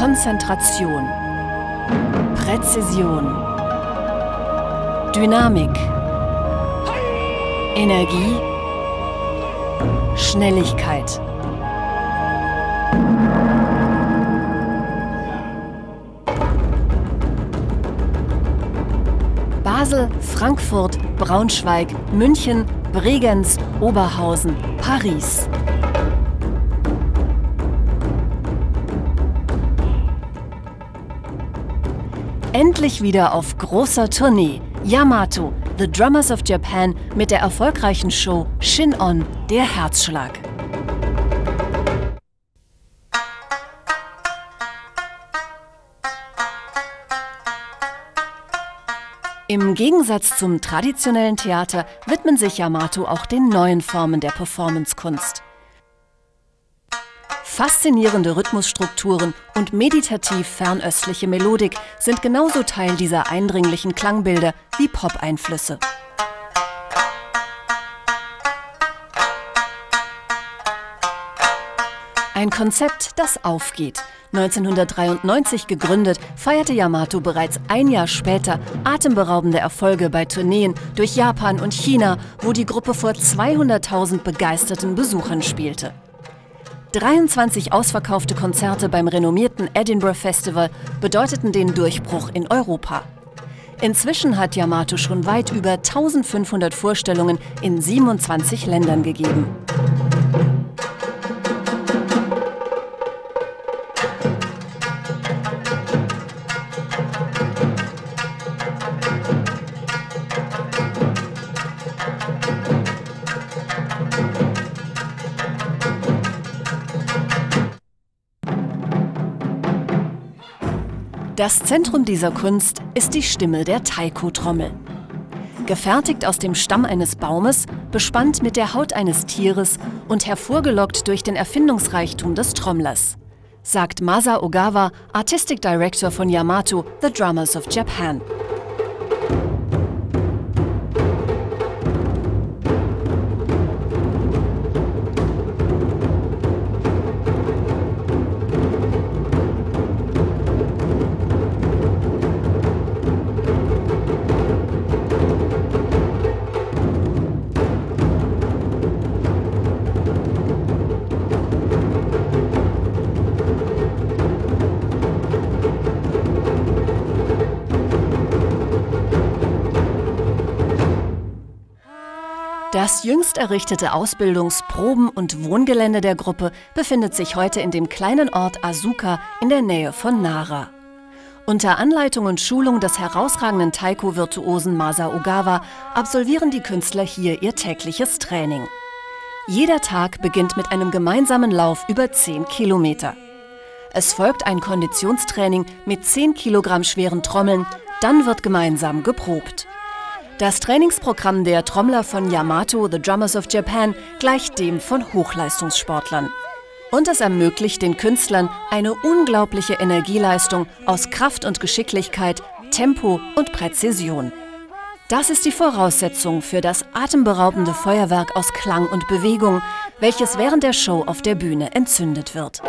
Konzentration, Präzision, Dynamik, Energie, Schnelligkeit. Basel, Frankfurt, Braunschweig, München, Bregenz, Oberhausen, Paris. Endlich wieder auf großer Tournee. Yamato, The Drummers of Japan mit der erfolgreichen Show Shin On, der Herzschlag. Im Gegensatz zum traditionellen Theater widmen sich Yamato auch den neuen Formen der Performancekunst. Faszinierende Rhythmusstrukturen und meditativ fernöstliche Melodik sind genauso Teil dieser eindringlichen Klangbilder wie Pop-Einflüsse. Ein Konzept, das aufgeht. 1993 gegründet, feierte Yamato bereits ein Jahr später atemberaubende Erfolge bei Tourneen durch Japan und China, wo die Gruppe vor 200.000 begeisterten Besuchern spielte. 23 ausverkaufte Konzerte beim renommierten Edinburgh Festival bedeuteten den Durchbruch in Europa. Inzwischen hat Yamato schon weit über 1500 Vorstellungen in 27 Ländern gegeben. Das Zentrum dieser Kunst ist die Stimme der Taiko-Trommel. Gefertigt aus dem Stamm eines Baumes, bespannt mit der Haut eines Tieres und hervorgelockt durch den Erfindungsreichtum des Trommlers, sagt Masa Ogawa, Artistic Director von Yamato, The Drummers of Japan. Das jüngst errichtete Ausbildungs-, Proben- und Wohngelände der Gruppe befindet sich heute in dem kleinen Ort Asuka in der Nähe von Nara. Unter Anleitung und Schulung des herausragenden Taiko-Virtuosen Masa Ogawa absolvieren die Künstler hier ihr tägliches Training. Jeder Tag beginnt mit einem gemeinsamen Lauf über 10 Kilometer. Es folgt ein Konditionstraining mit 10 Kilogramm schweren Trommeln, dann wird gemeinsam geprobt. Das Trainingsprogramm der Trommler von Yamato, The Drummers of Japan, gleicht dem von Hochleistungssportlern. Und es ermöglicht den Künstlern eine unglaubliche Energieleistung aus Kraft und Geschicklichkeit, Tempo und Präzision. Das ist die Voraussetzung für das atemberaubende Feuerwerk aus Klang und Bewegung, welches während der Show auf der Bühne entzündet wird.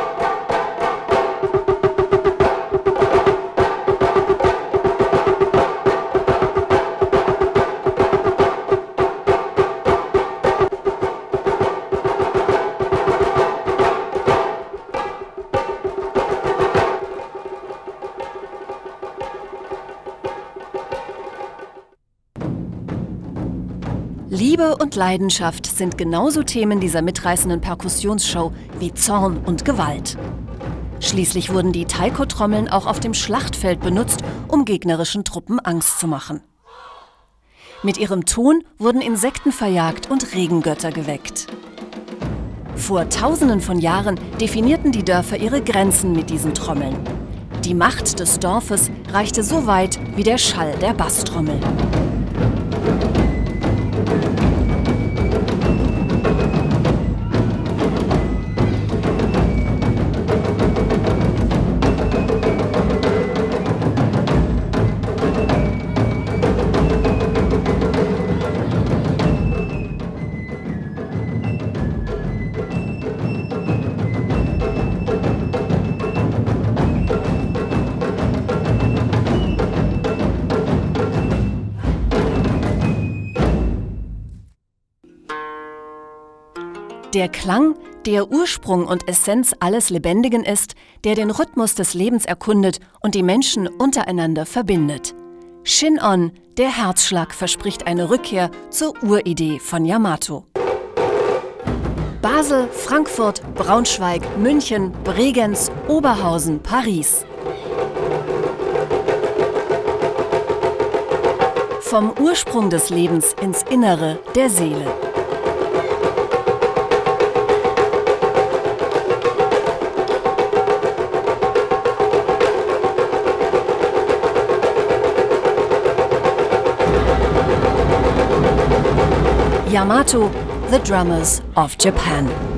Liebe und Leidenschaft sind genauso Themen dieser mitreißenden Perkussionsshow wie Zorn und Gewalt. Schließlich wurden die Taiko-Trommeln auch auf dem Schlachtfeld benutzt, um gegnerischen Truppen Angst zu machen. Mit ihrem Ton wurden Insekten verjagt und Regengötter geweckt. Vor Tausenden von Jahren definierten die Dörfer ihre Grenzen mit diesen Trommeln. Die Macht des Dorfes reichte so weit wie der Schall der Basstrommel. Der Klang, der Ursprung und Essenz alles Lebendigen ist, der den Rhythmus des Lebens erkundet und die Menschen untereinander verbindet. Shin-On, der Herzschlag, verspricht eine Rückkehr zur Uridee von Yamato. Basel, Frankfurt, Braunschweig, München, Bregenz, Oberhausen, Paris. Vom Ursprung des Lebens ins Innere der Seele. Yamato, the Drummers of Japan.